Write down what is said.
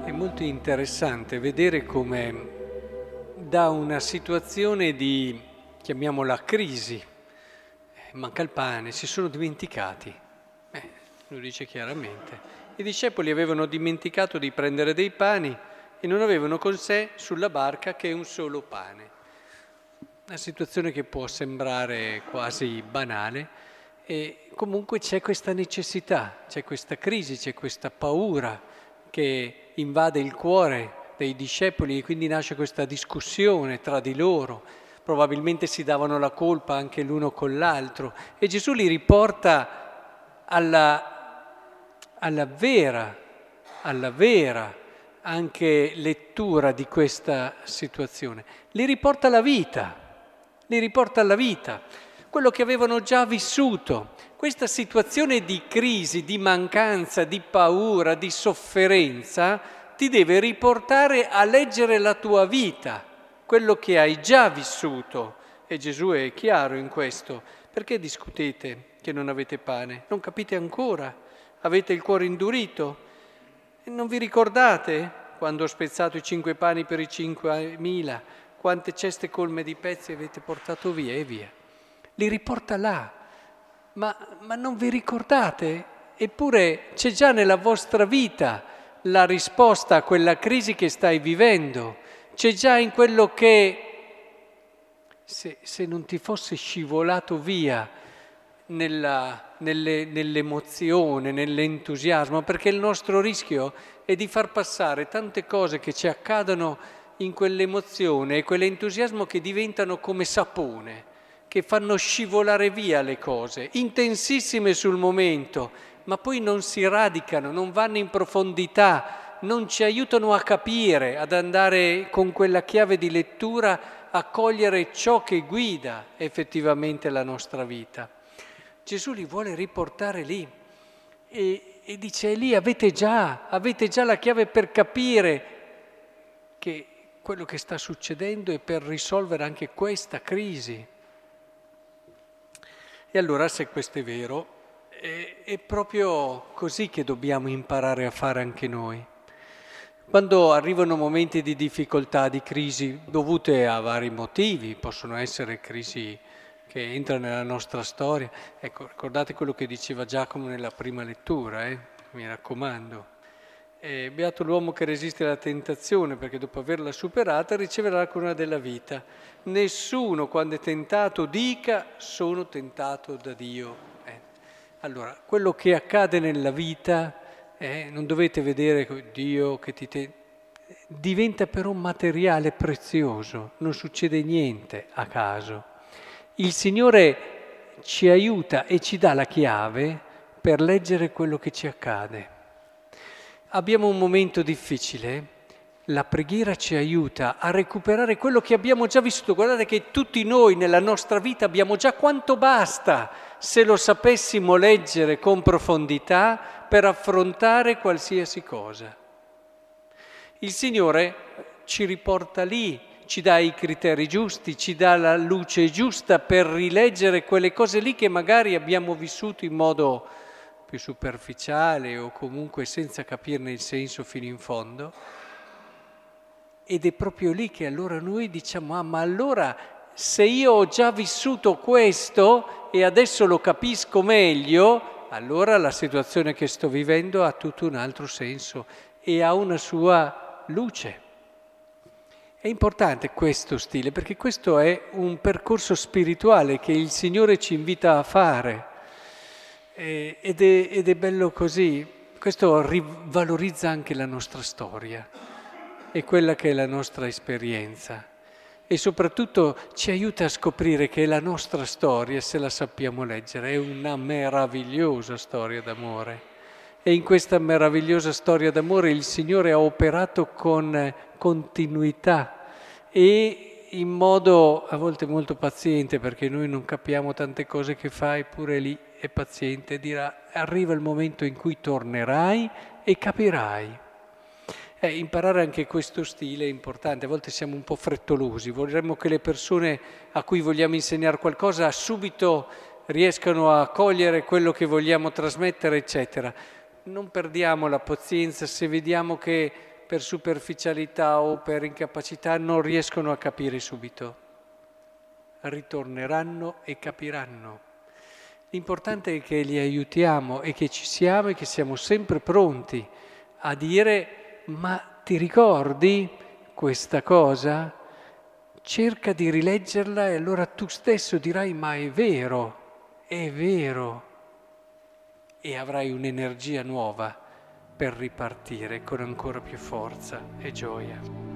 È molto interessante vedere come da una situazione di, chiamiamola crisi, manca il pane, si sono dimenticati. Lo dice chiaramente. I discepoli avevano dimenticato di prendere dei pani e non avevano con sé sulla barca che un solo pane. Una situazione che può sembrare quasi banale e comunque c'è questa necessità, c'è questa crisi, c'è questa paura che invade il cuore dei discepoli e quindi nasce questa discussione tra di loro. Probabilmente si davano la colpa anche l'uno con l'altro e Gesù li riporta alla vera anche lettura di questa situazione. Li riporta alla vita, quello che avevano già vissuto. Questa situazione di crisi, di mancanza, di paura, di sofferenza ti deve riportare a leggere la tua vita, quello che hai già vissuto. E Gesù è chiaro in questo. Perché discutete che non avete pane? Non capite ancora? Avete il cuore indurito? E non vi ricordate quando ho spezzato i 5 pani per i 5.000? Quante ceste colme di pezzi avete portato via e via? Li riporta là. Ma non vi ricordate? Eppure c'è già nella vostra vita la risposta a quella crisi che stai vivendo. C'è già in quello che, se non ti fosse scivolato via nell'emozione, nell'entusiasmo, perché il nostro rischio è di far passare tante cose che ci accadono in quell'emozione e quell'entusiasmo che diventano come sapone, che fanno scivolare via le cose, intensissime sul momento, ma poi non si radicano, non vanno in profondità, non ci aiutano a capire, ad andare con quella chiave di lettura a cogliere ciò che guida effettivamente la nostra vita. Gesù li vuole riportare lì e dice: lì avete già la chiave per capire che quello che sta succedendo e per risolvere anche questa crisi. E allora, se questo è vero, è proprio così che dobbiamo imparare a fare anche noi. Quando arrivano momenti di difficoltà, di crisi dovute a vari motivi, possono essere crisi che entrano nella nostra storia. Ecco, ricordate quello che diceva Giacomo nella prima lettura, mi raccomando. Beato l'uomo che resiste alla tentazione, perché dopo averla superata riceverà la corona della vita. Nessuno, quando è tentato, dica sono tentato da Dio. Allora, quello che accade nella vita, non dovete vedere Dio che diventa però materiale prezioso, non succede niente a caso. Il Signore ci aiuta e ci dà la chiave per leggere quello che ci accade. Abbiamo un momento difficile, la preghiera ci aiuta a recuperare quello che abbiamo già vissuto. Guardate che tutti noi nella nostra vita abbiamo già quanto basta se lo sapessimo leggere con profondità per affrontare qualsiasi cosa. Il Signore ci riporta lì, ci dà i criteri giusti, ci dà la luce giusta per rileggere quelle cose lì che magari abbiamo vissuto in modo più superficiale o comunque senza capirne il senso fino in fondo. Ed è proprio lì che allora noi diciamo: ma allora se io ho già vissuto questo e adesso lo capisco meglio, allora la situazione che sto vivendo ha tutto un altro senso e ha una sua luce. È importante questo stile, perché questo è un percorso spirituale che il Signore ci invita a fare. Ed è bello così. Questo rivalorizza anche la nostra storia e quella che è la nostra esperienza e soprattutto ci aiuta a scoprire che la nostra storia, se la sappiamo leggere, è una meravigliosa storia d'amore e in questa meravigliosa storia d'amore il Signore ha operato con continuità e in modo a volte molto paziente, perché noi non capiamo tante cose che fa, eppure lì è paziente, dirà: arriva il momento in cui tornerai e capirai. Imparare anche questo stile è importante. A volte siamo un po' frettolosi, vorremmo che le persone a cui vogliamo insegnare qualcosa subito riescano a cogliere quello che vogliamo trasmettere, eccetera. Non perdiamo la pazienza se vediamo che per superficialità o per incapacità non riescono a capire subito. Ritorneranno e capiranno. L'importante è che li aiutiamo e che ci siamo e che siamo sempre pronti a dire: ma ti ricordi questa cosa? Cerca di rileggerla e allora tu stesso dirai: ma è vero, e avrai un'energia nuova per ripartire con ancora più forza e gioia.